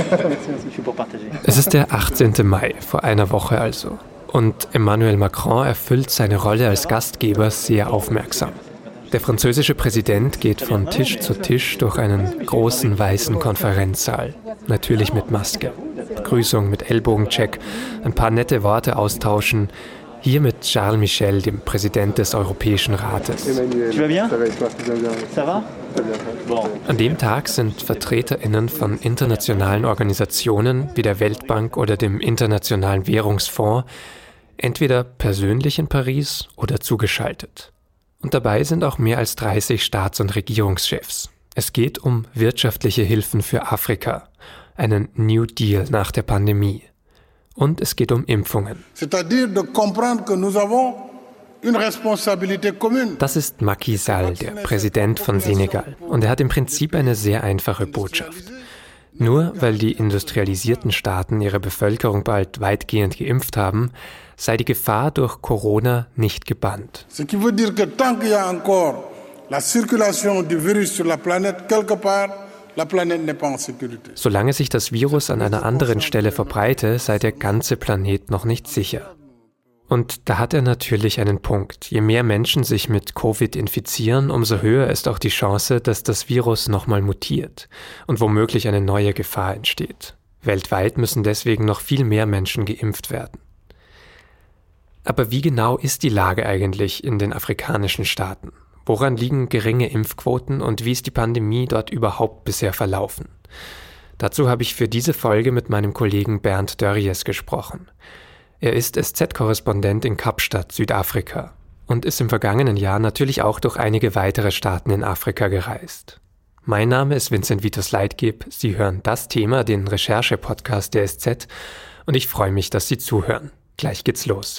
Es ist der 18. Mai, vor einer Woche also. Und Emmanuel Macron erfüllt seine Rolle als Gastgeber sehr aufmerksam. Der französische Präsident geht von Tisch zu Tisch durch einen großen weißen Konferenzsaal. Natürlich mit Maske. Begrüßung mit Ellbogencheck, ein paar nette Worte austauschen. Hier mit Charles Michel, dem Präsident des Europäischen Rates. An dem Tag sind VertreterInnen von internationalen Organisationen wie der Weltbank oder dem Internationalen Währungsfonds entweder persönlich in Paris oder zugeschaltet. Und dabei sind auch mehr als 30 Staats- und Regierungschefs. Es geht um wirtschaftliche Hilfen für Afrika, einen New Deal nach der Pandemie. Und es geht um Impfungen. Das ist Macky Sall, der Präsident von Senegal. Und er hat im Prinzip eine sehr einfache Botschaft. Nur weil die industrialisierten Staaten ihre Bevölkerung bald weitgehend geimpft haben, sei die Gefahr durch Corona nicht gebannt. Ce qui veut dire que tant qu'il y a encore la circulation du virus sur la planète quelque part, la planète n'est pas en sécurité. Solange sich das Virus an einer anderen Stelle verbreite, sei der ganze Planet noch nicht sicher. Und da hat er natürlich einen Punkt. Je mehr Menschen sich mit Covid infizieren, umso höher ist auch die Chance, dass das Virus nochmal mutiert und womöglich eine neue Gefahr entsteht. Weltweit müssen deswegen noch viel mehr Menschen geimpft werden. Aber wie genau ist die Lage eigentlich in den afrikanischen Staaten? Woran liegen geringe Impfquoten und wie ist die Pandemie dort überhaupt bisher verlaufen? Dazu habe ich für diese Folge mit meinem Kollegen Bernd Dörries gesprochen. Er ist SZ-Korrespondent in Kapstadt, Südafrika und ist im vergangenen Jahr natürlich auch durch einige weitere Staaten in Afrika gereist. Mein Name ist Vincent Vitus Leitgeb. Sie hören das Thema, den Recherche-Podcast der SZ und ich freue mich, dass Sie zuhören. Gleich geht's los.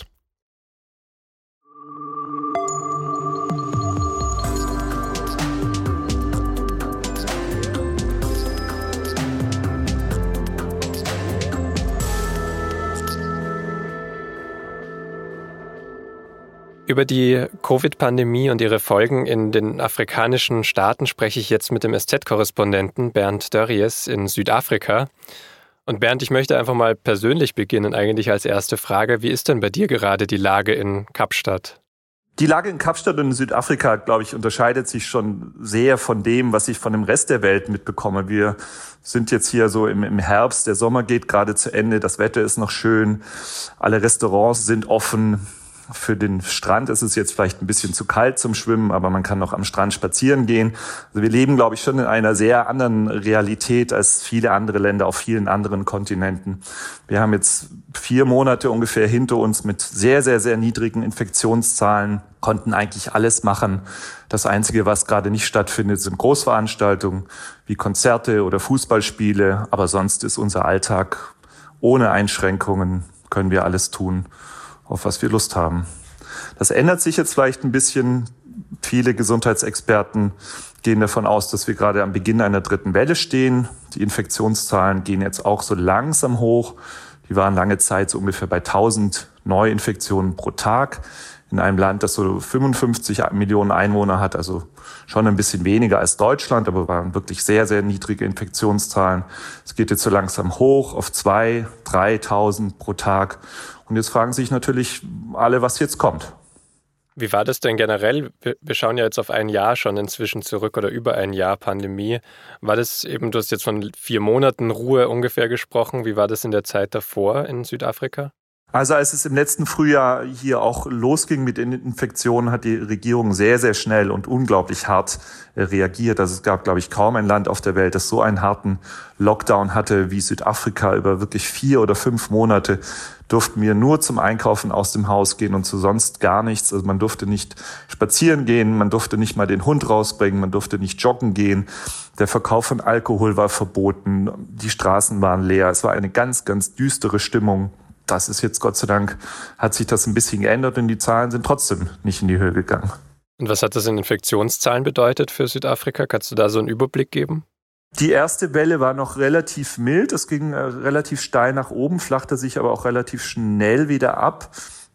Über die Covid-Pandemie und ihre Folgen in den afrikanischen Staaten spreche ich jetzt mit dem SZ-Korrespondenten Bernd Dörries in Südafrika. Und Bernd, ich möchte einfach mal persönlich beginnen, eigentlich als erste Frage. Wie ist denn bei dir gerade die Lage in Kapstadt? Die Lage in Kapstadt und in Südafrika, glaube ich, unterscheidet sich schon sehr von dem, was ich von dem Rest der Welt mitbekomme. Wir sind jetzt hier so im Herbst, der Sommer geht gerade zu Ende, das Wetter ist noch schön, alle Restaurants sind offen. Für den Strand ist es jetzt vielleicht ein bisschen zu kalt zum Schwimmen, aber man kann noch am Strand spazieren gehen. Also wir leben, glaube ich, schon in einer sehr anderen Realität als viele andere Länder auf vielen anderen Kontinenten. Wir haben jetzt 4 Monate ungefähr hinter uns mit sehr, sehr, sehr niedrigen Infektionszahlen, konnten eigentlich alles machen. Das Einzige, was gerade nicht stattfindet, sind Großveranstaltungen wie Konzerte oder Fußballspiele. Aber sonst ist unser Alltag ohne Einschränkungen, können wir alles tun, auf was wir Lust haben. Das ändert sich jetzt vielleicht ein bisschen. Viele Gesundheitsexperten gehen davon aus, dass wir gerade am Beginn einer 3. Welle stehen. Die Infektionszahlen gehen jetzt auch so langsam hoch. Die waren lange Zeit so ungefähr bei 1000 Neuinfektionen pro Tag. In einem Land, das so 55 Millionen Einwohner hat, also schon ein bisschen weniger als Deutschland, aber waren wirklich sehr, sehr niedrige Infektionszahlen. Es geht jetzt so langsam hoch auf 2.000, 3.000 pro Tag. Und jetzt fragen sich natürlich alle, was jetzt kommt. Wie war das denn generell? Wir schauen ja jetzt auf ein Jahr schon inzwischen zurück oder über ein Jahr Pandemie. War das eben, du hast jetzt von 4 Monaten Ruhe ungefähr gesprochen. Wie war das in der Zeit davor in Südafrika? Also als es im letzten Frühjahr hier auch losging mit den Infektionen, hat die Regierung sehr, sehr schnell und unglaublich hart reagiert. Also es gab, glaube ich, kaum ein Land auf der Welt, das so einen harten Lockdown hatte wie Südafrika. Über wirklich 4 oder 5 Monate durften wir nur zum Einkaufen aus dem Haus gehen und zu sonst gar nichts. Also man durfte nicht spazieren gehen, man durfte nicht mal den Hund rausbringen, man durfte nicht joggen gehen. Der Verkauf von Alkohol war verboten, die Straßen waren leer. Es war eine ganz, ganz düstere Stimmung. Das ist jetzt, Gott sei Dank, hat sich das ein bisschen geändert und die Zahlen sind trotzdem nicht in die Höhe gegangen. Und was hat das in Infektionszahlen bedeutet für Südafrika? Kannst du da so einen Überblick geben? Die erste Welle war noch relativ mild. Es ging relativ steil nach oben, flachte sich aber auch relativ schnell wieder ab.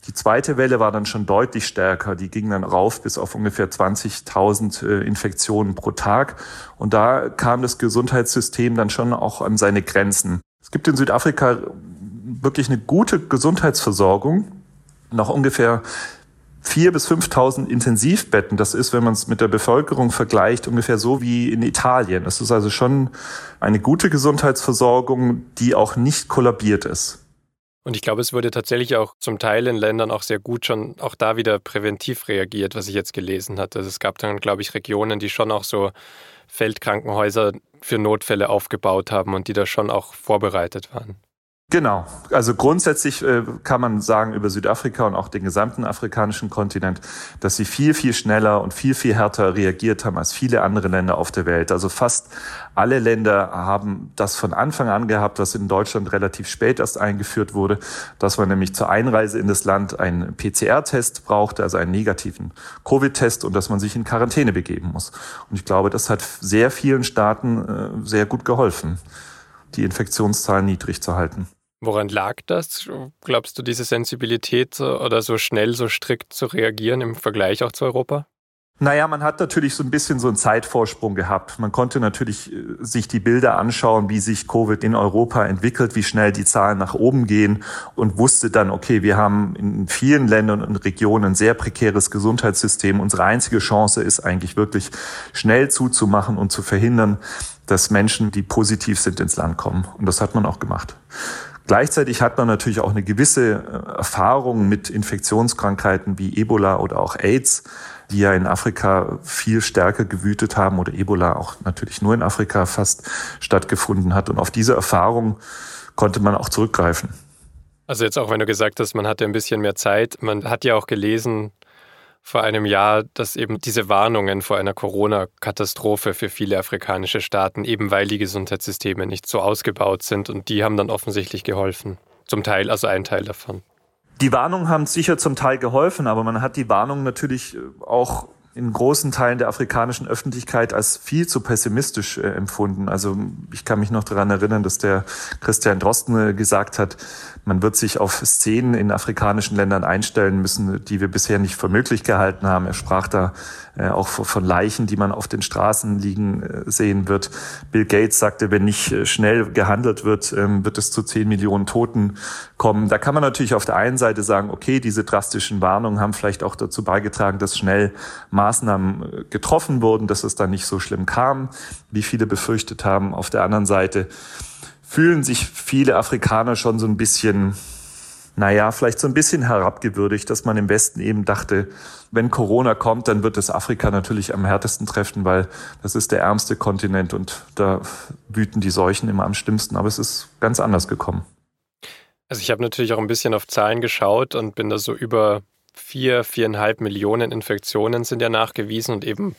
Die zweite Welle war dann schon deutlich stärker. Die ging dann rauf bis auf ungefähr 20.000 Infektionen pro Tag. Und da kam das Gesundheitssystem dann schon auch an seine Grenzen. Es gibt in Südafrika wirklich eine gute Gesundheitsversorgung. Noch ungefähr 4.000 bis 5.000 Intensivbetten. Das ist, wenn man es mit der Bevölkerung vergleicht, ungefähr so wie in Italien. Das ist also schon eine gute Gesundheitsversorgung, die auch nicht kollabiert ist. Und ich glaube, es wurde tatsächlich auch zum Teil in Ländern auch sehr gut schon auch da wieder präventiv reagiert, was ich jetzt gelesen hatte. Also es gab dann, glaube ich, Regionen, die schon auch so Feldkrankenhäuser für Notfälle aufgebaut haben und die da schon auch vorbereitet waren. Genau. Also grundsätzlich kann man sagen über Südafrika und auch den gesamten afrikanischen Kontinent, dass sie viel, viel schneller und viel, viel härter reagiert haben als viele andere Länder auf der Welt. Also fast alle Länder haben das von Anfang an gehabt, was in Deutschland relativ spät erst eingeführt wurde, dass man nämlich zur Einreise in das Land einen PCR-Test brauchte, also einen negativen Covid-Test, und dass man sich in Quarantäne begeben muss. Und ich glaube, das hat sehr vielen Staaten sehr gut geholfen, die Infektionszahlen niedrig zu halten. Woran lag das? Glaubst du, diese Sensibilität oder so schnell, so strikt zu reagieren im Vergleich auch zu Europa? Naja, man hat natürlich so ein bisschen so einen Zeitvorsprung gehabt. Man konnte natürlich sich die Bilder anschauen, wie sich Covid in Europa entwickelt, wie schnell die Zahlen nach oben gehen, und wusste dann, okay, wir haben in vielen Ländern und Regionen ein sehr prekäres Gesundheitssystem. Unsere einzige Chance ist eigentlich wirklich schnell zuzumachen und zu verhindern, dass Menschen, die positiv sind, ins Land kommen. Und das hat man auch gemacht. Gleichzeitig hat man natürlich auch eine gewisse Erfahrung mit Infektionskrankheiten wie Ebola oder auch AIDS, die ja in Afrika viel stärker gewütet haben, oder Ebola auch natürlich nur in Afrika fast stattgefunden hat. Und auf diese Erfahrung konnte man auch zurückgreifen. Also jetzt auch, wenn du gesagt hast, man hatte ein bisschen mehr Zeit. Man hat ja auch gelesen vor einem Jahr, dass eben diese Warnungen vor einer Corona-Katastrophe für viele afrikanische Staaten, eben weil die Gesundheitssysteme nicht so ausgebaut sind, und die haben dann offensichtlich geholfen. Zum Teil, also ein Teil davon. Die Warnungen haben sicher zum Teil geholfen, aber man hat die Warnungen natürlich auch in großen Teilen der afrikanischen Öffentlichkeit als viel zu pessimistisch empfunden. Also ich kann mich noch daran erinnern, dass der Christian Drosten gesagt hat, man wird sich auf Szenen in afrikanischen Ländern einstellen müssen, die wir bisher nicht für möglich gehalten haben. Er sprach da auch von Leichen, die man auf den Straßen liegen sehen wird. Bill Gates sagte, wenn nicht schnell gehandelt wird, wird es zu 10 Millionen Toten kommen. Da kann man natürlich auf der einen Seite sagen, okay, diese drastischen Warnungen haben vielleicht auch dazu beigetragen, dass schnell Maßnahmen getroffen wurden, dass es dann nicht so schlimm kam, wie viele befürchtet haben. Auf der anderen Seite fühlen sich viele Afrikaner schon so ein bisschen, vielleicht so ein bisschen herabgewürdigt, dass man im Westen eben dachte, wenn Corona kommt, dann wird es Afrika natürlich am härtesten treffen, weil das ist der ärmste Kontinent und da wüten die Seuchen immer am schlimmsten. Aber es ist ganz anders gekommen. Also ich habe natürlich auch ein bisschen auf Zahlen geschaut und bin da so über 4,5 Millionen Infektionen sind ja nachgewiesen und eben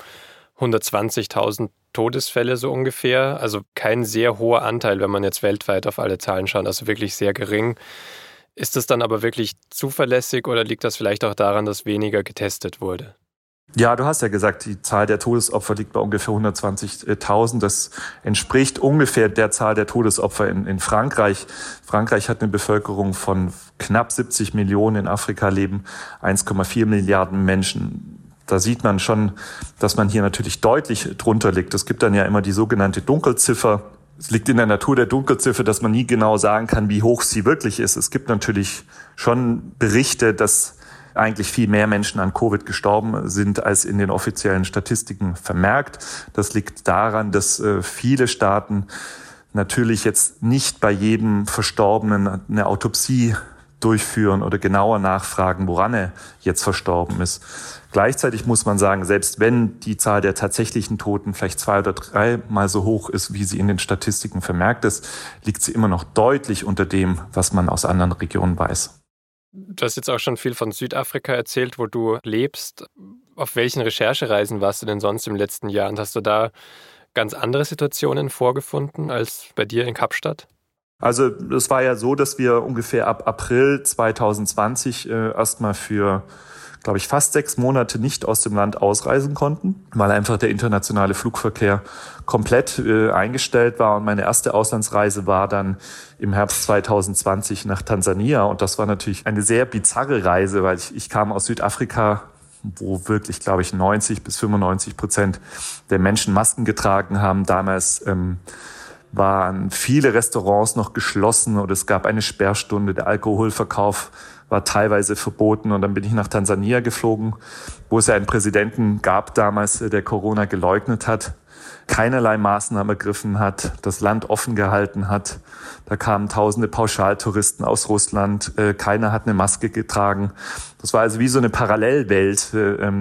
120.000 Todesfälle so ungefähr. Also kein sehr hoher Anteil, wenn man jetzt weltweit auf alle Zahlen schaut, also wirklich sehr gering. Ist das dann aber wirklich zuverlässig oder liegt das vielleicht auch daran, dass weniger getestet wurde? Ja, du hast ja gesagt, die Zahl der Todesopfer liegt bei ungefähr 120.000. Das entspricht ungefähr der Zahl der Todesopfer in Frankreich. Frankreich hat eine Bevölkerung von knapp 70 Millionen, in Afrika leben 1,4 Milliarden Menschen. Da sieht man schon, dass man hier natürlich deutlich drunter liegt. Es gibt dann ja immer die sogenannte Dunkelziffer. Es liegt in der Natur der Dunkelziffer, dass man nie genau sagen kann, wie hoch sie wirklich ist. Es gibt natürlich schon Berichte, dass eigentlich viel mehr Menschen an Covid gestorben sind, als in den offiziellen Statistiken vermerkt. Das liegt daran, dass viele Staaten natürlich jetzt nicht bei jedem Verstorbenen eine Autopsie durchführen oder genauer nachfragen, woran er jetzt verstorben ist. Gleichzeitig muss man sagen, selbst wenn die Zahl der tatsächlichen Toten vielleicht 2 oder 3 Mal so hoch ist, wie sie in den Statistiken vermerkt ist, liegt sie immer noch deutlich unter dem, was man aus anderen Regionen weiß. Du hast jetzt auch schon viel von Südafrika erzählt, wo du lebst. Auf welchen Recherchereisen warst du denn sonst im letzten Jahr? Und hast du da ganz andere Situationen vorgefunden als bei dir in Kapstadt? Also es war ja so, dass wir ungefähr ab April 2020 erstmal für glaube ich, fast 6 Monate nicht aus dem Land ausreisen konnten, weil einfach der internationale Flugverkehr komplett eingestellt war. Und meine erste Auslandsreise war dann im Herbst 2020 nach Tansania. Und das war natürlich eine sehr bizarre Reise, weil ich kam aus Südafrika, wo wirklich, glaube ich, 90-95% der Menschen Masken getragen haben. Damals waren viele Restaurants noch geschlossen oder es gab eine Sperrstunde. Der Alkoholverkauf war teilweise verboten. Und dann bin ich nach Tansania geflogen, wo es ja einen Präsidenten gab damals, der Corona geleugnet hat, keinerlei Maßnahmen ergriffen hat, das Land offen gehalten hat. Da kamen tausende Pauschaltouristen aus Russland. Keiner hat eine Maske getragen. Das war also wie so eine Parallelwelt,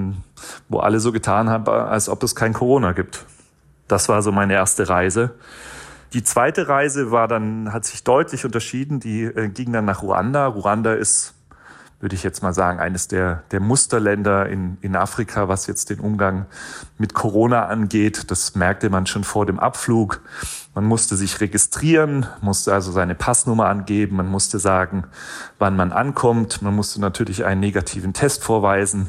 wo alle so getan haben, als ob es kein Corona gibt. Das war so meine erste Reise. Die zweite Reise hat sich deutlich unterschieden. Die ging dann nach Ruanda. Ruanda ist, würde ich jetzt mal sagen, eines der Musterländer in Afrika, was jetzt den Umgang mit Corona angeht. Das merkte man schon vor dem Abflug. Man musste sich registrieren, musste also seine Passnummer angeben. Man musste sagen, wann man ankommt. Man musste natürlich einen negativen Test vorweisen.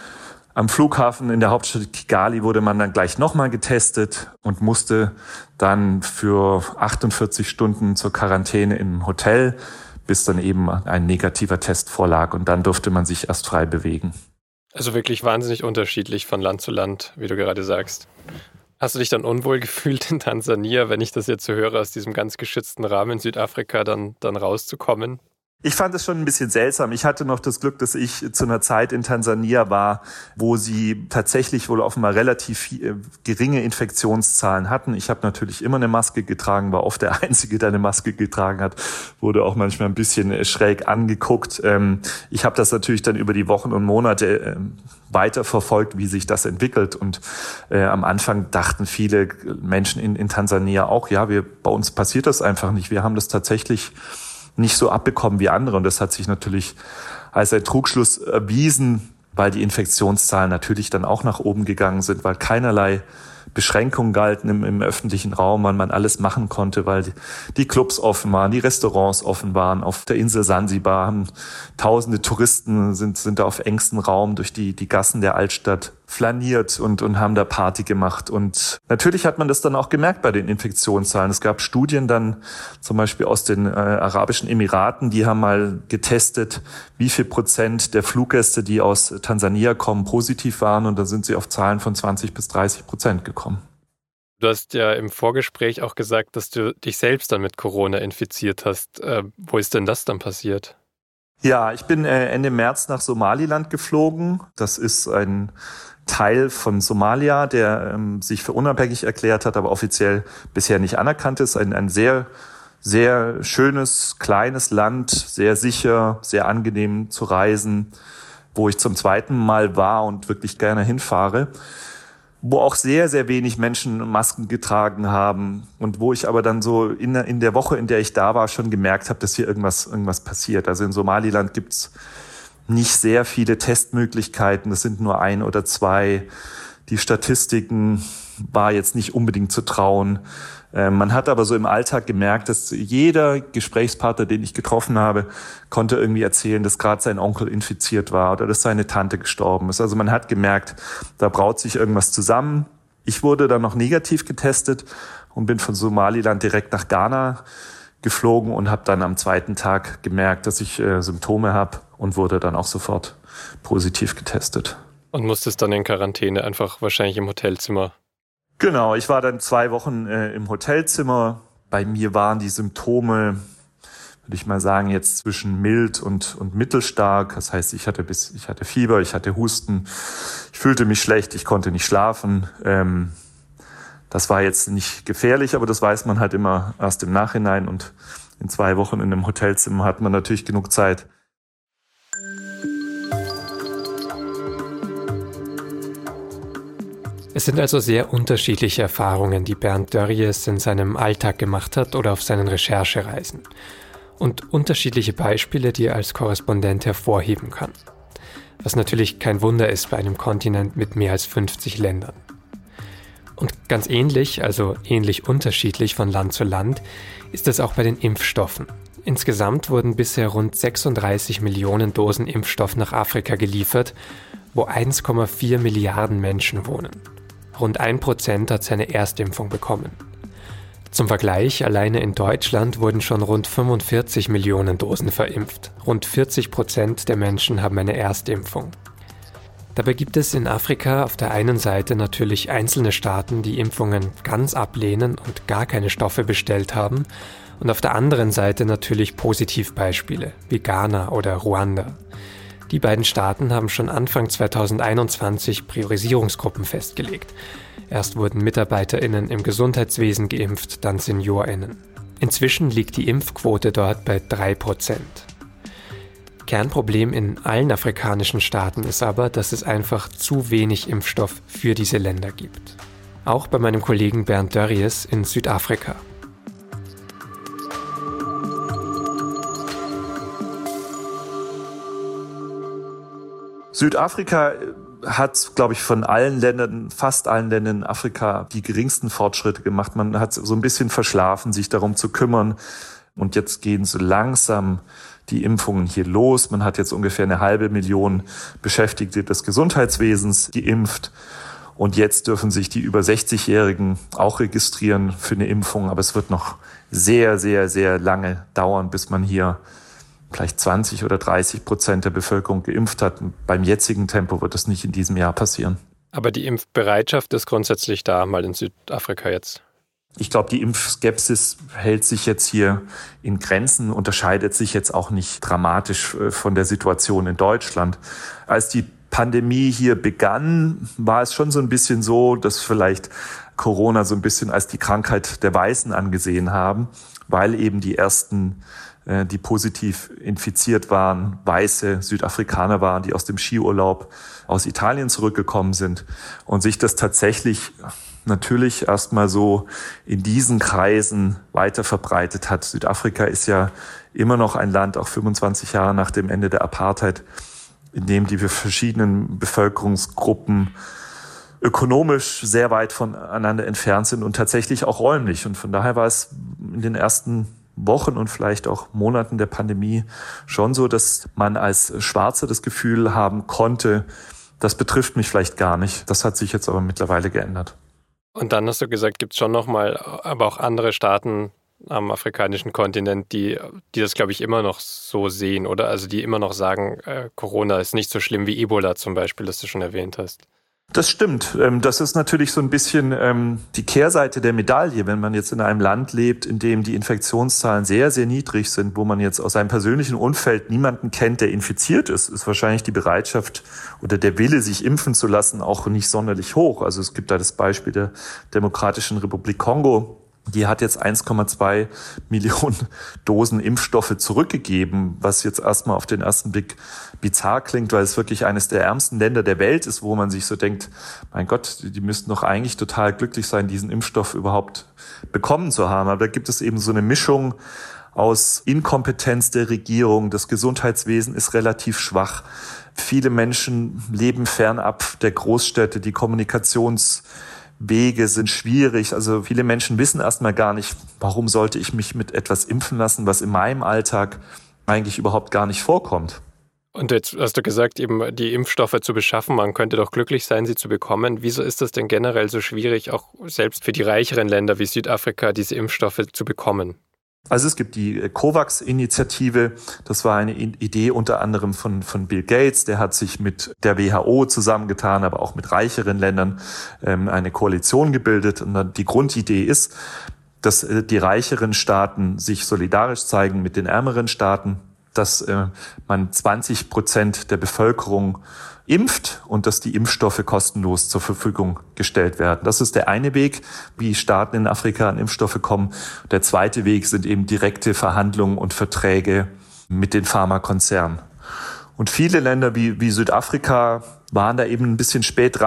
Am Flughafen in der Hauptstadt Kigali wurde man dann gleich nochmal getestet und musste dann für 48 Stunden zur Quarantäne im Hotel, bis dann eben ein negativer Test vorlag. Und dann durfte man sich erst frei bewegen. Also wirklich wahnsinnig unterschiedlich von Land zu Land, wie du gerade sagst. Hast du dich dann unwohl gefühlt in Tansania, wenn ich das jetzt so höre, aus diesem ganz geschützten Rahmen in Südafrika dann rauszukommen? Ich fand es schon ein bisschen seltsam. Ich hatte noch das Glück, dass ich zu einer Zeit in Tansania war, wo sie tatsächlich wohl offenbar relativ geringe Infektionszahlen hatten. Ich habe natürlich immer eine Maske getragen, war oft der Einzige, der eine Maske getragen hat, wurde auch manchmal ein bisschen schräg angeguckt. Ich habe das natürlich dann über die Wochen und Monate weiter verfolgt, wie sich das entwickelt. Und am Anfang dachten viele Menschen in Tansania auch, ja, bei uns passiert das einfach nicht. Wir haben das tatsächlich nicht so abbekommen wie andere. Und das hat sich natürlich als ein Trugschluss erwiesen, weil die Infektionszahlen natürlich dann auch nach oben gegangen sind, weil keinerlei Beschränkungen galten im öffentlichen Raum, wann man alles machen konnte, weil die Clubs offen waren, die Restaurants offen waren. Auf der Insel Sansibar haben tausende Touristen sind da auf engstem Raum durch die Gassen der Altstadt flaniert und haben da Party gemacht. Und natürlich hat man das dann auch gemerkt bei den Infektionszahlen. Es gab Studien dann zum Beispiel aus den Arabischen Emiraten, die haben mal getestet, wie viel Prozent der Fluggäste, die aus Tansania kommen, positiv waren. Und da sind sie auf Zahlen von 20-30% gekommen. Du hast ja im Vorgespräch auch gesagt, dass du dich selbst dann mit Corona infiziert hast. Wo ist denn das dann passiert? Ja, ich bin Ende März nach Somaliland geflogen. Das ist ein Teil von Somalia, der sich für unabhängig erklärt hat, aber offiziell bisher nicht anerkannt ist. Ein sehr, sehr schönes, kleines Land, sehr sicher, sehr angenehm zu reisen, wo ich zum zweiten Mal war und wirklich gerne hinfahre, wo auch sehr, sehr wenig Menschen Masken getragen haben und wo ich aber dann so in der Woche, in der ich da war, schon gemerkt habe, dass hier irgendwas passiert. Also in Somaliland gibt's nicht sehr viele Testmöglichkeiten, das sind nur 1 oder 2. Die Statistiken war jetzt nicht unbedingt zu trauen. Man hat aber so im Alltag gemerkt, dass jeder Gesprächspartner, den ich getroffen habe, konnte irgendwie erzählen, dass gerade sein Onkel infiziert war oder dass seine Tante gestorben ist. Also man hat gemerkt, da braut sich irgendwas zusammen. Ich wurde dann noch negativ getestet und bin von Somaliland direkt nach Ghana geflogen und habe dann am zweiten Tag gemerkt, dass ich Symptome habe und wurde dann auch sofort positiv getestet. Und musstest dann in Quarantäne, einfach wahrscheinlich im Hotelzimmer? Genau, ich war dann 2 Wochen im Hotelzimmer. Bei mir waren die Symptome, würde ich mal sagen, jetzt zwischen mild und mittelstark. Das heißt, ich hatte Fieber, ich hatte Husten, ich fühlte mich schlecht, ich konnte nicht schlafen. Das war jetzt nicht gefährlich, aber das weiß man halt immer erst im Nachhinein. Und in 2 Wochen in einem Hotelzimmer hat man natürlich genug Zeit. Es sind also sehr unterschiedliche Erfahrungen, die Bernd Dörries in seinem Alltag gemacht hat oder auf seinen Recherchereisen. Und unterschiedliche Beispiele, die er als Korrespondent hervorheben kann. Was natürlich kein Wunder ist bei einem Kontinent mit mehr als 50 Ländern. Und ganz ähnlich, also ähnlich unterschiedlich von Land zu Land, ist es auch bei den Impfstoffen. Insgesamt wurden bisher rund 36 Millionen Dosen Impfstoff nach Afrika geliefert, wo 1,4 Milliarden Menschen wohnen. Rund 1% hat seine Erstimpfung bekommen. Zum Vergleich, alleine in Deutschland wurden schon rund 45 Millionen Dosen verimpft. Rund 40% der Menschen haben eine Erstimpfung. Dabei gibt es in Afrika auf der einen Seite natürlich einzelne Staaten, die Impfungen ganz ablehnen und gar keine Stoffe bestellt haben, und auf der anderen Seite natürlich Positivbeispiele wie Ghana oder Ruanda. Die beiden Staaten haben schon Anfang 2021 Priorisierungsgruppen festgelegt. Erst wurden MitarbeiterInnen im Gesundheitswesen geimpft, dann SeniorInnen. Inzwischen liegt die Impfquote dort bei 3%. Kernproblem in allen afrikanischen Staaten ist aber, dass es einfach zu wenig Impfstoff für diese Länder gibt. Auch bei meinem Kollegen Bernd Dörries in Südafrika. Südafrika hat, glaube ich, von allen Ländern, fast allen Ländern in Afrika die geringsten Fortschritte gemacht. Man hat so ein bisschen verschlafen, sich darum zu kümmern. Und jetzt gehen so langsam die Impfungen hier los. Man hat jetzt ungefähr 500.000 Beschäftigte des Gesundheitswesens geimpft. Und jetzt dürfen sich die über 60-Jährigen auch registrieren für eine Impfung. Aber es wird noch sehr, sehr, sehr lange dauern, bis man hier vielleicht 20 oder 30% der Bevölkerung geimpft hat. Beim jetzigen Tempo wird das nicht in diesem Jahr passieren. Aber die Impfbereitschaft ist grundsätzlich da, mal in Südafrika jetzt. Ich glaube, die Impfskepsis hält sich jetzt hier in Grenzen, unterscheidet sich jetzt auch nicht dramatisch von der Situation in Deutschland. Als die Pandemie hier begann, war es schon so ein bisschen so, dass vielleicht Corona so ein bisschen als die Krankheit der Weißen angesehen haben, weil eben die ersten, die positiv infiziert waren, weiße Südafrikaner waren, die aus dem Skiurlaub aus Italien zurückgekommen sind und sich das tatsächlich natürlich erstmal so in diesen Kreisen weiter verbreitet hat. Südafrika ist ja immer noch ein Land, auch 25 Jahre nach dem Ende der Apartheid, in dem die verschiedenen Bevölkerungsgruppen ökonomisch sehr weit voneinander entfernt sind und tatsächlich auch räumlich. Und von daher war es in den ersten Wochen und vielleicht auch Monaten der Pandemie schon so, dass man als Schwarzer das Gefühl haben konnte, das betrifft mich vielleicht gar nicht. Das hat sich jetzt aber mittlerweile geändert. Und dann hast du gesagt, gibt es schon nochmal, aber auch andere Staaten am afrikanischen Kontinent, die das, glaube ich, immer noch so sehen, oder? Also die immer noch sagen, Corona ist nicht so schlimm wie Ebola zum Beispiel, das du schon erwähnt hast. Das stimmt. Das ist natürlich so ein bisschen die Kehrseite der Medaille, wenn man jetzt in einem Land lebt, in dem die Infektionszahlen sehr, sehr niedrig sind, wo man jetzt aus seinem persönlichen Umfeld niemanden kennt, der infiziert ist wahrscheinlich die Bereitschaft oder der Wille, sich impfen zu lassen, auch nicht sonderlich hoch. Also es gibt da das Beispiel der Demokratischen Republik Kongo. Die hat jetzt 1,2 Millionen Dosen Impfstoffe zurückgegeben, was jetzt erstmal auf den ersten Blick bizarr klingt, weil es wirklich eines der ärmsten Länder der Welt ist, wo man sich so denkt, mein Gott, die müssten doch eigentlich total glücklich sein, diesen Impfstoff überhaupt bekommen zu haben. Aber da gibt es eben so eine Mischung aus Inkompetenz der Regierung. Das Gesundheitswesen ist relativ schwach. Viele Menschen leben fernab der Großstädte, die Kommunikationswege sind schwierig. Also viele Menschen wissen erstmal gar nicht, warum sollte ich mich mit etwas impfen lassen, was in meinem Alltag eigentlich überhaupt gar nicht vorkommt. Und jetzt hast du gesagt, eben die Impfstoffe zu beschaffen, man könnte doch glücklich sein, sie zu bekommen. Wieso ist das denn generell so schwierig, auch selbst für die reicheren Länder wie Südafrika, diese Impfstoffe zu bekommen? Also es gibt die COVAX-Initiative, das war eine Idee unter anderem von Bill Gates, der hat sich mit der WHO zusammengetan, aber auch mit reicheren Ländern eine Koalition gebildet. Und dann die Grundidee ist, dass die reicheren Staaten sich solidarisch zeigen mit den ärmeren Staaten, dass man 20% der Bevölkerung impft und dass die Impfstoffe kostenlos zur Verfügung gestellt werden. Das ist der eine Weg, wie Staaten in Afrika an Impfstoffe kommen. Der zweite Weg sind eben direkte Verhandlungen und Verträge mit den Pharmakonzernen. Und viele Länder wie Südafrika waren da eben ein bisschen spät dran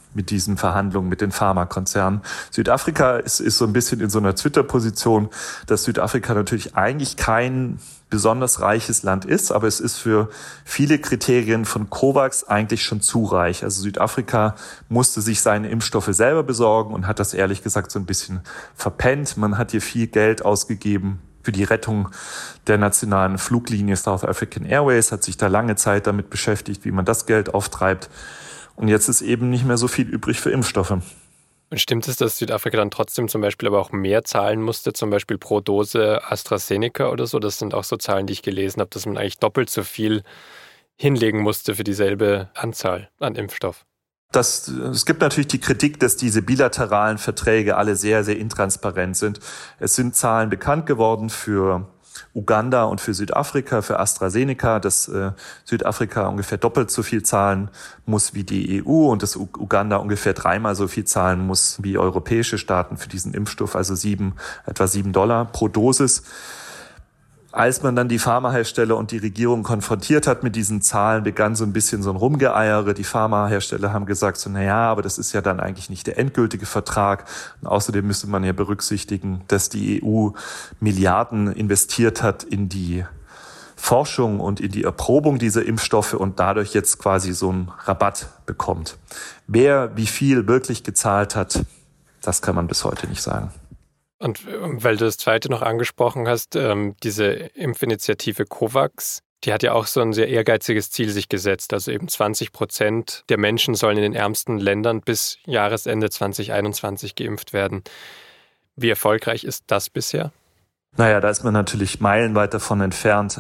mit diesen Verhandlungen mit den Pharmakonzernen. Südafrika ist so ein bisschen in so einer Twitter-Position, dass Südafrika natürlich eigentlich kein besonders reiches Land ist, aber es ist für viele Kriterien von COVAX eigentlich schon zu reich. Also Südafrika musste sich seine Impfstoffe selber besorgen und hat das ehrlich gesagt so ein bisschen verpennt. Man hat hier viel Geld ausgegeben für die Rettung der nationalen Fluglinie South African Airways, hat sich da lange Zeit damit beschäftigt, wie man das Geld auftreibt. Und jetzt ist eben nicht mehr so viel übrig für Impfstoffe. Und stimmt es, dass Südafrika dann trotzdem zum Beispiel aber auch mehr zahlen musste, zum Beispiel pro Dose AstraZeneca oder so? Das sind auch so Zahlen, die ich gelesen habe, dass man eigentlich doppelt so viel hinlegen musste für dieselbe Anzahl an Impfstoff. Es gibt natürlich die Kritik, dass diese bilateralen Verträge alle sehr, sehr intransparent sind. Es sind Zahlen bekannt geworden für Uganda und für Südafrika, für AstraZeneca, dass Südafrika ungefähr doppelt so viel zahlen muss wie die EU und dass Uganda ungefähr 3-mal so viel zahlen muss wie europäische Staaten für diesen Impfstoff, also etwa $7 pro Dosis. Als man dann die Pharmahersteller und die Regierung konfrontiert hat mit diesen Zahlen, begann so ein bisschen so ein Rumgeeiere. Die Pharmahersteller haben gesagt, so, aber das ist ja dann eigentlich nicht der endgültige Vertrag. Und außerdem müsste man ja berücksichtigen, dass die EU Milliarden investiert hat in die Forschung und in die Erprobung dieser Impfstoffe und dadurch jetzt quasi so einen Rabatt bekommt. Wer wie viel wirklich gezahlt hat, das kann man bis heute nicht sagen. Und weil du das zweite noch angesprochen hast, diese Impfinitiative COVAX, die hat ja auch so ein sehr ehrgeiziges Ziel sich gesetzt. Also eben 20% der Menschen sollen in den ärmsten Ländern bis Jahresende 2021 geimpft werden. Wie erfolgreich ist das bisher? Da ist man natürlich meilenweit davon entfernt.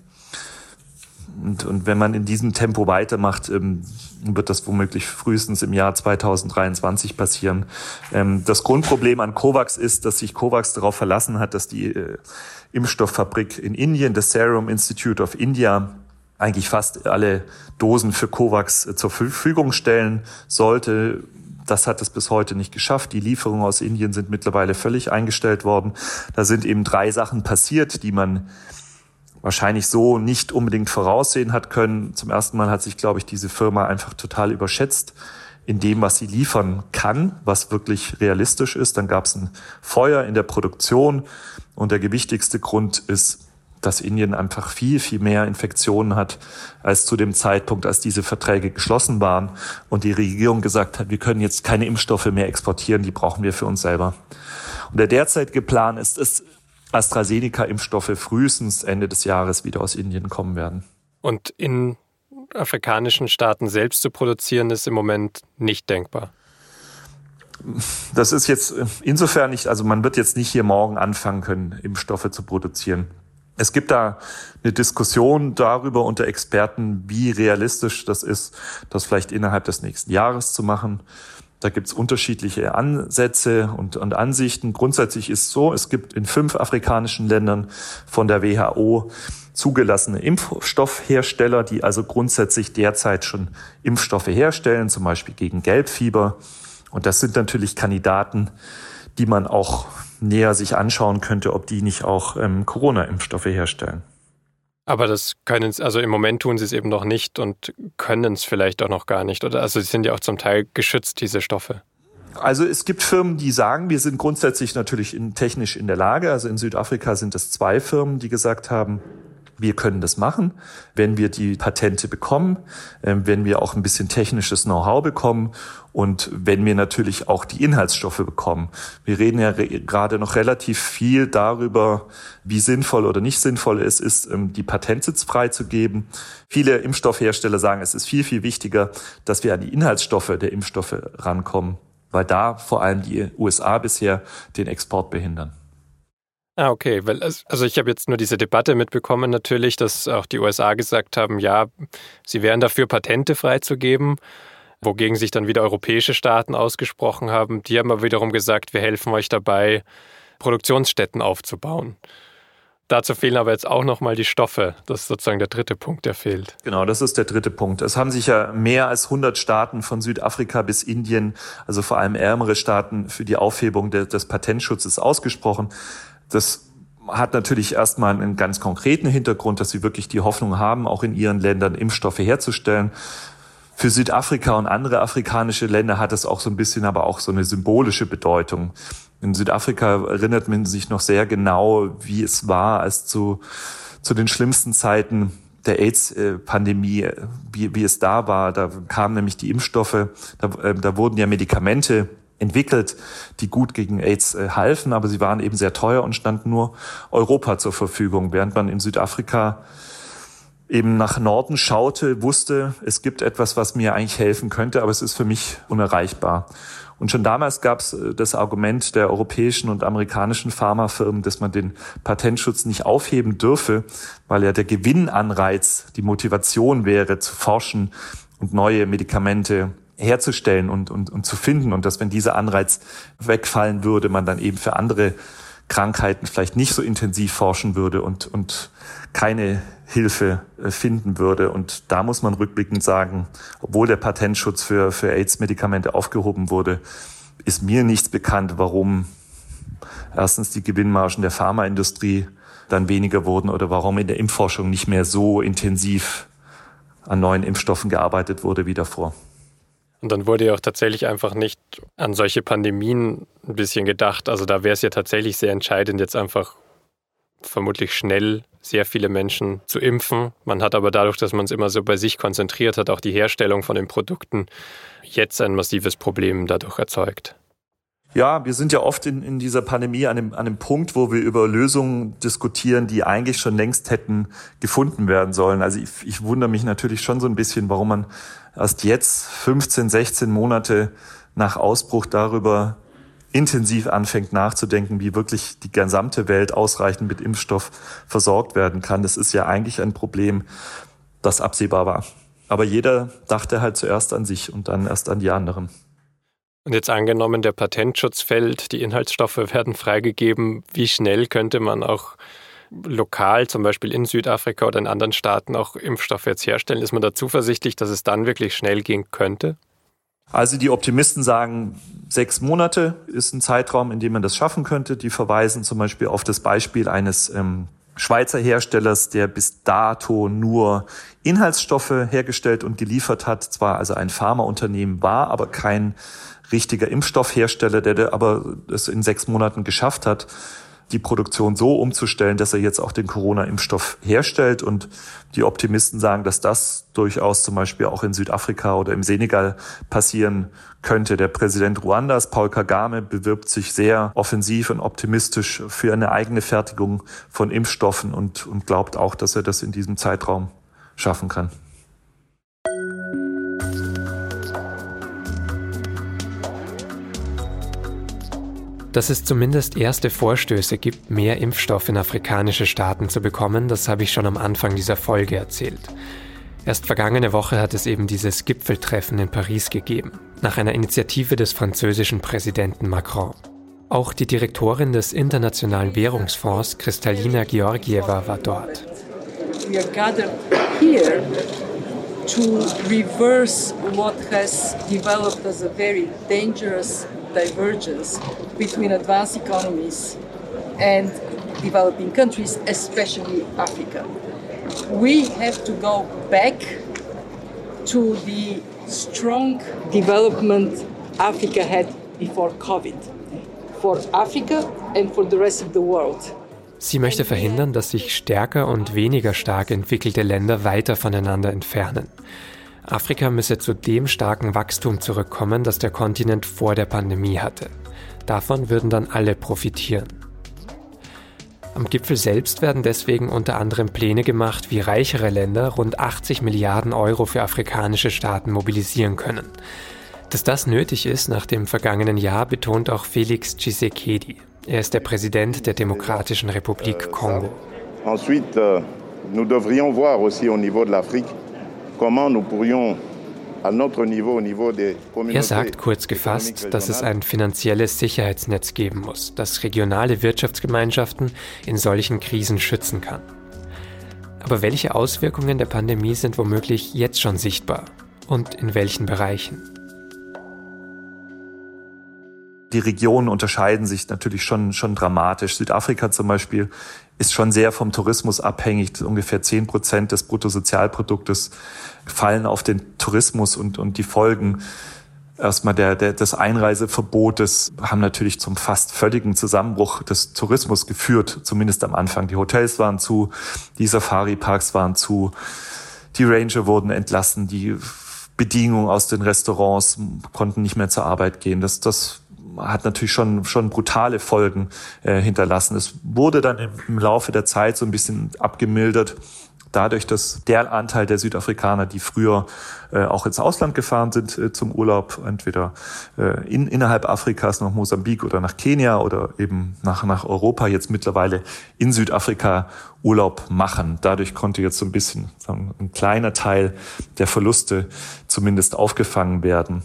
Und wenn man in diesem Tempo weitermacht, wird das womöglich frühestens im Jahr 2023 passieren. Das Grundproblem an COVAX ist, dass sich COVAX darauf verlassen hat, dass die Impfstofffabrik in Indien, das Serum Institute of India, eigentlich fast alle Dosen für COVAX zur Verfügung stellen sollte. Das hat es bis heute nicht geschafft. Die Lieferungen aus Indien sind mittlerweile völlig eingestellt worden. Da sind eben 3 Sachen passiert, die man wahrscheinlich so nicht unbedingt voraussehen hat können. Zum ersten Mal hat sich, glaube ich, diese Firma einfach total überschätzt in dem, was sie liefern kann, was wirklich realistisch ist. Dann gab es ein Feuer in der Produktion und der gewichtigste Grund ist, dass Indien einfach viel, viel mehr Infektionen hat als zu dem Zeitpunkt, als diese Verträge geschlossen waren und die Regierung gesagt hat, wir können jetzt keine Impfstoffe mehr exportieren, die brauchen wir für uns selber. Und der derzeitige Plan ist es, AstraZeneca-Impfstoffe frühestens Ende des Jahres wieder aus Indien kommen werden. Und in afrikanischen Staaten selbst zu produzieren, ist im Moment nicht denkbar. Das ist jetzt insofern nicht, also man wird jetzt nicht hier morgen anfangen können, Impfstoffe zu produzieren. Es gibt da eine Diskussion darüber unter Experten, wie realistisch das ist, das vielleicht innerhalb des nächsten Jahres zu machen. Da gibt es unterschiedliche Ansätze und Ansichten. Grundsätzlich ist es so, es gibt in 5 afrikanischen Ländern von der WHO zugelassene Impfstoffhersteller, die also grundsätzlich derzeit schon Impfstoffe herstellen, zum Beispiel gegen Gelbfieber. Und das sind natürlich Kandidaten, die man auch näher sich anschauen könnte, ob die nicht auch Corona-Impfstoffe herstellen. Aber also im Moment tun sie es eben noch nicht und können es vielleicht auch noch gar nicht, oder? Also sie sind ja auch zum Teil geschützt, diese Stoffe. Also es gibt Firmen, die sagen, wir sind grundsätzlich natürlich technisch in der Lage. Also in Südafrika sind es 2 Firmen, die gesagt haben, wir können das machen, wenn wir die Patente bekommen, wenn wir auch ein bisschen technisches Know-how bekommen und wenn wir natürlich auch die Inhaltsstoffe bekommen. Wir reden ja gerade noch relativ viel darüber, wie sinnvoll oder nicht sinnvoll es ist, die Patentsitz freizugeben. Viele Impfstoffhersteller sagen, es ist viel, viel wichtiger, dass wir an die Inhaltsstoffe der Impfstoffe rankommen, weil da vor allem die USA bisher den Export behindern. Okay, weil also ich habe jetzt nur diese Debatte mitbekommen natürlich, dass auch die USA gesagt haben, ja, sie wären dafür, Patente freizugeben, wogegen sich dann wieder europäische Staaten ausgesprochen haben. Die haben aber wiederum gesagt, wir helfen euch dabei, Produktionsstätten aufzubauen. Dazu fehlen aber jetzt auch nochmal die Stoffe. Das ist sozusagen der dritte Punkt, der fehlt. Genau, das ist der dritte Punkt. Es haben sich ja mehr als 100 Staaten von Südafrika bis Indien, also vor allem ärmere Staaten, für die Aufhebung des Patentschutzes ausgesprochen. Das hat natürlich erstmal einen ganz konkreten Hintergrund, dass sie wirklich die Hoffnung haben, auch in ihren Ländern Impfstoffe herzustellen. Für Südafrika und andere afrikanische Länder hat es auch so ein bisschen aber auch so eine symbolische Bedeutung. In Südafrika erinnert man sich noch sehr genau, wie es war, als zu den schlimmsten Zeiten der AIDS-Pandemie, wie es da war. Da kamen nämlich die Impfstoffe, da wurden ja Medikamente entwickelt, die gut gegen AIDS halfen, aber sie waren eben sehr teuer und standen nur Europa zur Verfügung, während man in Südafrika eben nach Norden schaute, wusste, es gibt etwas, was mir eigentlich helfen könnte, aber es ist für mich unerreichbar. Und schon damals gab es das Argument der europäischen und amerikanischen Pharmafirmen, dass man den Patentschutz nicht aufheben dürfe, weil ja der Gewinnanreiz, die Motivation wäre, zu forschen und neue Medikamente herzustellen und zu finden. Und dass, wenn dieser Anreiz wegfallen würde, man dann eben für andere Krankheiten vielleicht nicht so intensiv forschen würde und keine Hilfe finden würde. Und da muss man rückblickend sagen, obwohl der Patentschutz für AIDS-Medikamente aufgehoben wurde, ist mir nichts bekannt, warum erstens die Gewinnmargen der Pharmaindustrie dann weniger wurden oder warum in der Impfforschung nicht mehr so intensiv an neuen Impfstoffen gearbeitet wurde wie davor. Und dann wurde ja auch tatsächlich einfach nicht an solche Pandemien ein bisschen gedacht. Also da wäre es ja tatsächlich sehr entscheidend, jetzt einfach vermutlich schnell sehr viele Menschen zu impfen. Man hat aber dadurch, dass man es immer so bei sich konzentriert hat, auch die Herstellung von den Produkten, jetzt ein massives Problem dadurch erzeugt. Ja, wir sind ja oft in dieser Pandemie an einem Punkt, wo wir über Lösungen diskutieren, die eigentlich schon längst hätten gefunden werden sollen. Also ich wundere mich natürlich schon so ein bisschen, warum man erst jetzt, 15, 16 Monate nach Ausbruch, darüber intensiv anfängt nachzudenken, wie wirklich die gesamte Welt ausreichend mit Impfstoff versorgt werden kann. Das ist ja eigentlich ein Problem, das absehbar war. Aber jeder dachte halt zuerst an sich und dann erst an die anderen. Und jetzt angenommen, der Patentschutz fällt, die Inhaltsstoffe werden freigegeben. Wie schnell könnte man auch lokal, zum Beispiel in Südafrika oder in anderen Staaten, auch Impfstoffe jetzt herstellen? Ist man da zuversichtlich, dass es dann wirklich schnell gehen könnte? Also die Optimisten sagen, 6 Monate ist ein Zeitraum, in dem man das schaffen könnte. Die verweisen zum Beispiel auf das Beispiel eines Schweizer Herstellers, der bis dato nur Inhaltsstoffe hergestellt und geliefert hat. Zwar also ein Pharmaunternehmen war, aber kein richtiger Impfstoffhersteller, der aber es in 6 Monaten geschafft hat, die Produktion so umzustellen, dass er jetzt auch den Corona-Impfstoff herstellt. Und die Optimisten sagen, dass das durchaus zum Beispiel auch in Südafrika oder im Senegal passieren könnte. Der Präsident Ruandas, Paul Kagame, bewirbt sich sehr offensiv und optimistisch für eine eigene Fertigung von Impfstoffen und glaubt auch, dass er das in diesem Zeitraum schaffen kann. Dass es zumindest erste Vorstöße gibt, mehr Impfstoff in afrikanische Staaten zu bekommen, das habe ich schon am Anfang dieser Folge erzählt. Erst vergangene Woche hat es eben dieses Gipfeltreffen in Paris gegeben, nach einer Initiative des französischen Präsidenten Macron. Auch die Direktorin des Internationalen Währungsfonds, Kristalina Georgieva, war dort. We are gathered here to reverse what has developed as a very dangerous divergence between advanced economies and developing countries, especially Africa. We have to go back to the strong development Africa had before COVID, for Africa and for the rest of the world. Sie möchte verhindern, dass sich stärker und weniger stark entwickelte Länder weiter voneinander entfernen. Afrika müsse zu dem starken Wachstum zurückkommen, das der Kontinent vor der Pandemie hatte. Davon würden dann alle profitieren. Am Gipfel selbst werden deswegen unter anderem Pläne gemacht, wie reichere Länder rund 80 Milliarden Euro für afrikanische Staaten mobilisieren können. Dass das nötig ist nach dem vergangenen Jahr, betont auch Félix Tshisekedi. Er ist der Präsident der Demokratischen Republik Kongo. Ensuite, nous devrions voir aussi au niveau de l'Afrique. Er sagt kurz gefasst, dass es ein finanzielles Sicherheitsnetz geben muss, das regionale Wirtschaftsgemeinschaften in solchen Krisen schützen kann. Aber welche Auswirkungen der Pandemie sind womöglich jetzt schon sichtbar und in welchen Bereichen? Die Regionen unterscheiden sich natürlich schon dramatisch. Südafrika zum Beispiel ist schon sehr vom Tourismus abhängig. Ungefähr 10% des Bruttosozialproduktes fallen auf den Tourismus und die Folgen erstmal des Einreiseverbotes haben natürlich zum fast völligen Zusammenbruch des Tourismus geführt, zumindest am Anfang. Die Hotels waren zu, die Safari-Parks waren zu, die Ranger wurden entlassen, die Bedienungen aus den Restaurants konnten nicht mehr zur Arbeit gehen. Das hat natürlich schon brutale Folgen hinterlassen. Es wurde dann im Laufe der Zeit so ein bisschen abgemildert, dadurch, dass der Anteil der Südafrikaner, die früher auch ins Ausland gefahren sind zum Urlaub, entweder innerhalb Afrikas nach Mosambik oder nach Kenia oder eben nach Europa, jetzt mittlerweile in Südafrika Urlaub machen. Dadurch konnte jetzt so ein bisschen ein kleiner Teil der Verluste zumindest aufgefangen werden.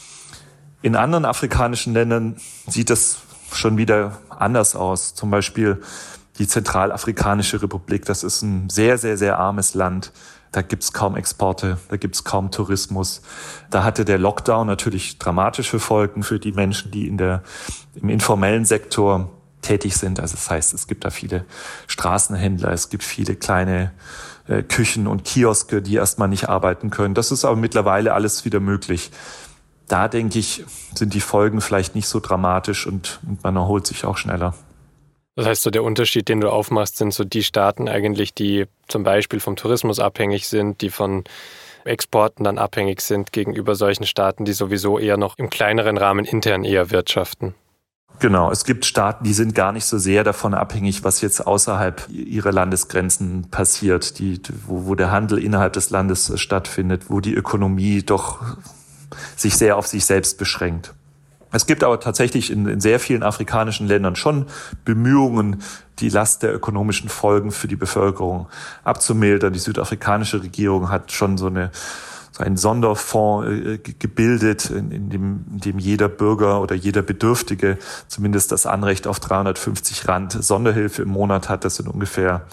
In anderen afrikanischen Ländern sieht das schon wieder anders aus. Zum Beispiel die Zentralafrikanische Republik, das ist ein sehr, sehr, sehr armes Land. Da gibt's kaum Exporte, da gibt's kaum Tourismus. Da hatte der Lockdown natürlich dramatische Folgen für die Menschen, die im informellen Sektor tätig sind. Also das heißt, es gibt da viele Straßenhändler, es gibt viele kleine Küchen und Kioske, die erstmal nicht arbeiten können. Das ist aber mittlerweile alles wieder möglich. Da, denke ich, sind die Folgen vielleicht nicht so dramatisch und man erholt sich auch schneller. Das heißt, so der Unterschied, den du aufmachst, sind so die Staaten eigentlich, die zum Beispiel vom Tourismus abhängig sind, die von Exporten dann abhängig sind gegenüber solchen Staaten, die sowieso eher noch im kleineren Rahmen intern eher wirtschaften. Genau, es gibt Staaten, die sind gar nicht so sehr davon abhängig, was jetzt außerhalb ihrer Landesgrenzen passiert, wo der Handel innerhalb des Landes stattfindet, wo die Ökonomie doch sich sehr auf sich selbst beschränkt. Es gibt aber tatsächlich in sehr vielen afrikanischen Ländern schon Bemühungen, die Last der ökonomischen Folgen für die Bevölkerung abzumildern. Die südafrikanische Regierung hat schon so einen Sonderfonds gebildet, in dem jeder Bürger oder jeder Bedürftige zumindest das Anrecht auf 350 Rand Sonderhilfe im Monat hat. Das sind ungefähr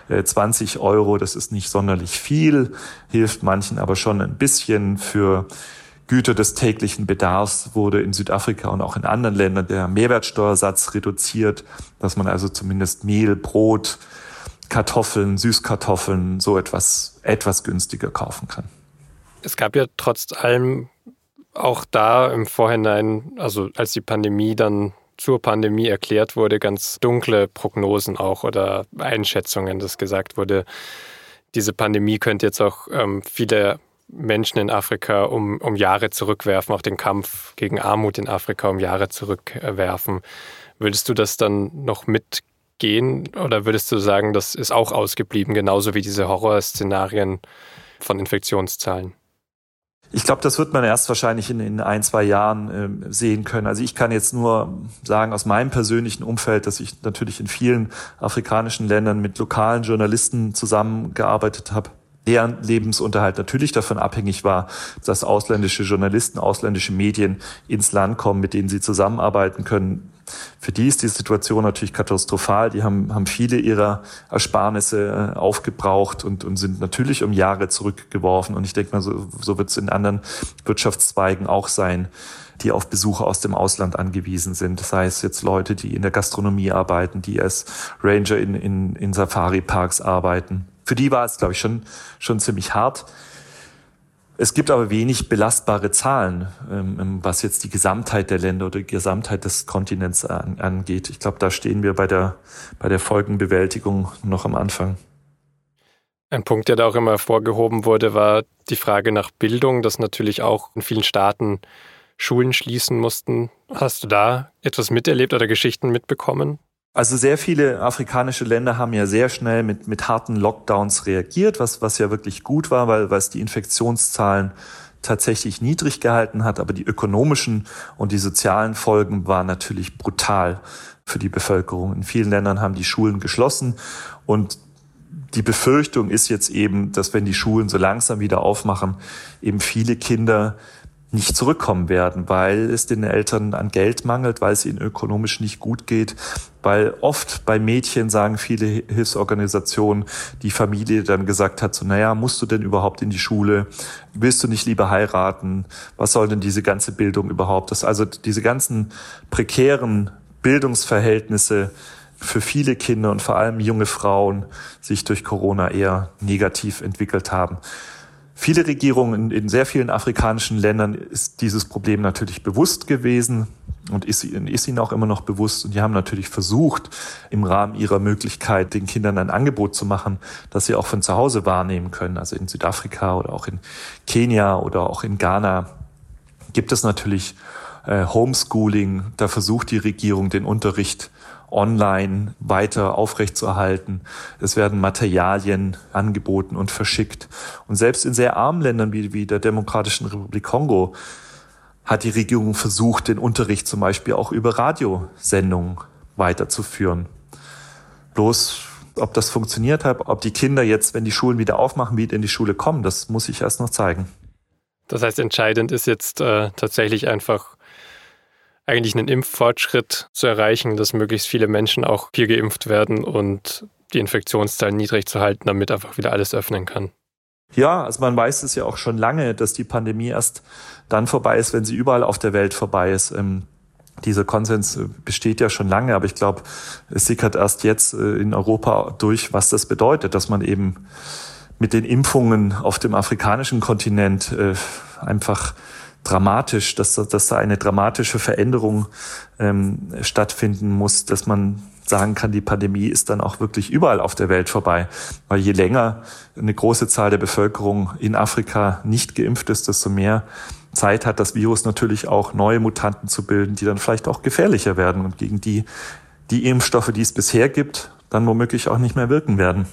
20 Euro. Das ist nicht sonderlich viel, hilft manchen aber schon ein bisschen. Für Güter des täglichen Bedarfs wurde in Südafrika und auch in anderen Ländern der Mehrwertsteuersatz reduziert, dass man also zumindest Mehl, Brot, Kartoffeln, Süßkartoffeln so etwas günstiger kaufen kann. Es gab ja trotz allem auch da im Vorhinein, also als die Pandemie dann zur Pandemie erklärt wurde, ganz dunkle Prognosen auch oder Einschätzungen, dass gesagt wurde, diese Pandemie könnte jetzt auch viele Menschen in Afrika um Jahre zurückwerfen, auch den Kampf gegen Armut in Afrika um Jahre zurückwerfen. Würdest du das dann noch mitgehen oder würdest du sagen, das ist auch ausgeblieben, genauso wie diese Horrorszenarien von Infektionszahlen? Ich glaube, das wird man erst wahrscheinlich in 1-2 Jahren sehen können. Also ich kann jetzt nur sagen aus meinem persönlichen Umfeld, dass ich natürlich in vielen afrikanischen Ländern mit lokalen Journalisten zusammengearbeitet habe, deren Lebensunterhalt natürlich davon abhängig war, dass ausländische Journalisten, ausländische Medien ins Land kommen, mit denen sie zusammenarbeiten können. Für die ist die Situation natürlich katastrophal. Die haben viele ihrer Ersparnisse aufgebraucht und sind natürlich um Jahre zurückgeworfen. Und ich denke mal, so wird es in anderen Wirtschaftszweigen auch sein, die auf Besucher aus dem Ausland angewiesen sind. Das heißt jetzt Leute, die in der Gastronomie arbeiten, die als Ranger in Safari-Parks arbeiten. Für die war es, glaube ich, schon ziemlich hart. Es gibt aber wenig belastbare Zahlen, was jetzt die Gesamtheit der Länder oder die Gesamtheit des Kontinents angeht. Ich glaube, da stehen wir bei der Folgenbewältigung noch am Anfang. Ein Punkt, der da auch immer hervorgehoben wurde, war die Frage nach Bildung, dass natürlich auch in vielen Staaten Schulen schließen mussten. Hast du da etwas miterlebt oder Geschichten mitbekommen? Also sehr viele afrikanische Länder haben ja sehr schnell mit harten Lockdowns reagiert, was ja wirklich gut war, weil es die Infektionszahlen tatsächlich niedrig gehalten hat. Aber die ökonomischen und die sozialen Folgen waren natürlich brutal für die Bevölkerung. In vielen Ländern haben die Schulen geschlossen und die Befürchtung ist jetzt eben, dass wenn die Schulen so langsam wieder aufmachen, eben viele Kinder nicht zurückkommen werden, weil es den Eltern an Geld mangelt, weil es ihnen ökonomisch nicht gut geht, weil oft bei Mädchen sagen viele Hilfsorganisationen, die Familie dann gesagt hat, so, naja, musst du denn überhaupt in die Schule? Willst du nicht lieber heiraten? Was soll denn diese ganze Bildung überhaupt? Also diese ganzen prekären Bildungsverhältnisse für viele Kinder und vor allem junge Frauen sich durch Corona eher negativ entwickelt haben. Viele Regierungen in sehr vielen afrikanischen Ländern ist dieses Problem natürlich bewusst gewesen und ist ihnen auch immer noch bewusst. Und die haben natürlich versucht, im Rahmen ihrer Möglichkeit den Kindern ein Angebot zu machen, das sie auch von zu Hause wahrnehmen können. Also in Südafrika oder auch in Kenia oder auch in Ghana gibt es natürlich Homeschooling. Da versucht die Regierung, den Unterricht online weiter aufrechtzuerhalten. Es werden Materialien angeboten und verschickt. Und selbst in sehr armen Ländern wie der Demokratischen Republik Kongo hat die Regierung versucht, den Unterricht zum Beispiel auch über Radiosendungen weiterzuführen. Bloß, ob das funktioniert hat, ob die Kinder jetzt, wenn die Schulen wieder aufmachen, wieder in die Schule kommen, das muss ich erst noch zeigen. Das heißt, entscheidend ist jetzt tatsächlich einfach eigentlich einen Impffortschritt zu erreichen, dass möglichst viele Menschen auch hier geimpft werden und die Infektionszahlen niedrig zu halten, damit einfach wieder alles öffnen kann. Ja, also man weiß es ja auch schon lange, dass die Pandemie erst dann vorbei ist, wenn sie überall auf der Welt vorbei ist. Dieser Konsens besteht ja schon lange, aber ich glaube, es sickert erst jetzt in Europa durch, was das bedeutet, dass man eben mit den Impfungen auf dem afrikanischen Kontinent einfach dramatisch, dass da eine dramatische Veränderung stattfinden muss, dass man sagen kann, die Pandemie ist dann auch wirklich überall auf der Welt vorbei. Weil je länger eine große Zahl der Bevölkerung in Afrika nicht geimpft ist, desto mehr Zeit hat das Virus natürlich auch, neue Mutanten zu bilden, die dann vielleicht auch gefährlicher werden und gegen die Impfstoffe, die es bisher gibt, dann womöglich auch nicht mehr wirken werden.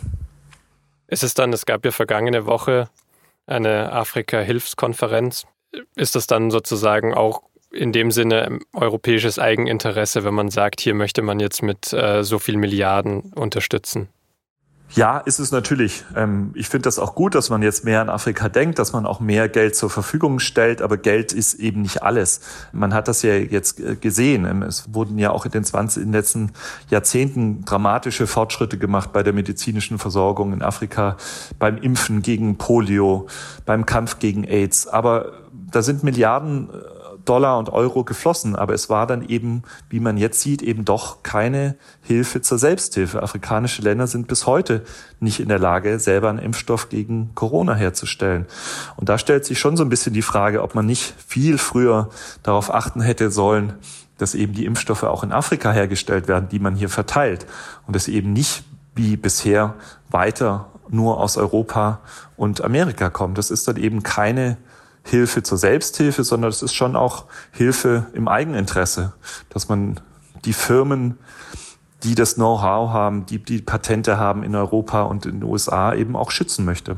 Es gab ja vergangene Woche eine Afrika-Hilfskonferenz. Ist das dann sozusagen auch in dem Sinne europäisches Eigeninteresse, wenn man sagt, hier möchte man jetzt mit so vielen Milliarden unterstützen? Ja, ist es natürlich. Ich finde das auch gut, dass man jetzt mehr an Afrika denkt, dass man auch mehr Geld zur Verfügung stellt. Aber Geld ist eben nicht alles. Man hat das ja jetzt gesehen. Es wurden ja auch in den letzten Jahrzehnten dramatische Fortschritte gemacht bei der medizinischen Versorgung in Afrika, beim Impfen gegen Polio, beim Kampf gegen AIDS. Aber da sind Milliarden Dollar und Euro geflossen, aber es war dann eben, wie man jetzt sieht, eben doch keine Hilfe zur Selbsthilfe. Afrikanische Länder sind bis heute nicht in der Lage, selber einen Impfstoff gegen Corona herzustellen. Und da stellt sich schon so ein bisschen die Frage, ob man nicht viel früher darauf achten hätte sollen, dass eben die Impfstoffe auch in Afrika hergestellt werden, die man hier verteilt. Und dass eben nicht wie bisher weiter nur aus Europa und Amerika kommt. Das ist dann eben keine Hilfe zur Selbsthilfe, sondern es ist schon auch Hilfe im Eigeninteresse, dass man die Firmen, die das Know-how haben, die Patente haben in Europa und in den USA eben auch schützen möchte.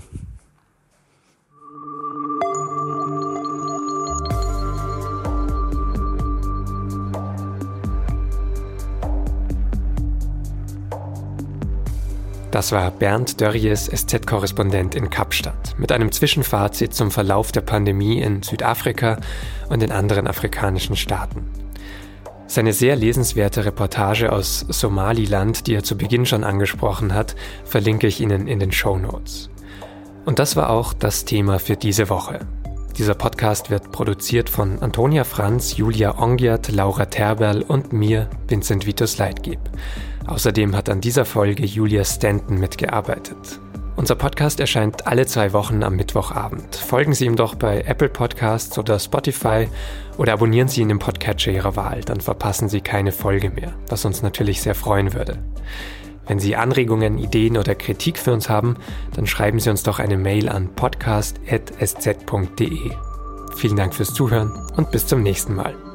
Das war Bernd Dörries, SZ-Korrespondent in Kapstadt, mit einem Zwischenfazit zum Verlauf der Pandemie in Südafrika und in anderen afrikanischen Staaten. Seine sehr lesenswerte Reportage aus Somaliland, die er zu Beginn schon angesprochen hat, verlinke ich Ihnen in den Shownotes. Und das war auch das Thema für diese Woche. Dieser Podcast wird produziert von Antonia Franz, Julia Ongiat, Laura Terberl und mir, Vincent Vitus Leitgeb. Außerdem hat an dieser Folge Julia Stanton mitgearbeitet. Unser Podcast erscheint alle 2 Wochen am Mittwochabend. Folgen Sie ihm doch bei Apple Podcasts oder Spotify oder abonnieren Sie ihn im Podcatcher Ihrer Wahl, dann verpassen Sie keine Folge mehr, was uns natürlich sehr freuen würde. Wenn Sie Anregungen, Ideen oder Kritik für uns haben, dann schreiben Sie uns doch eine Mail an podcast@sz.de. Vielen Dank fürs Zuhören und bis zum nächsten Mal.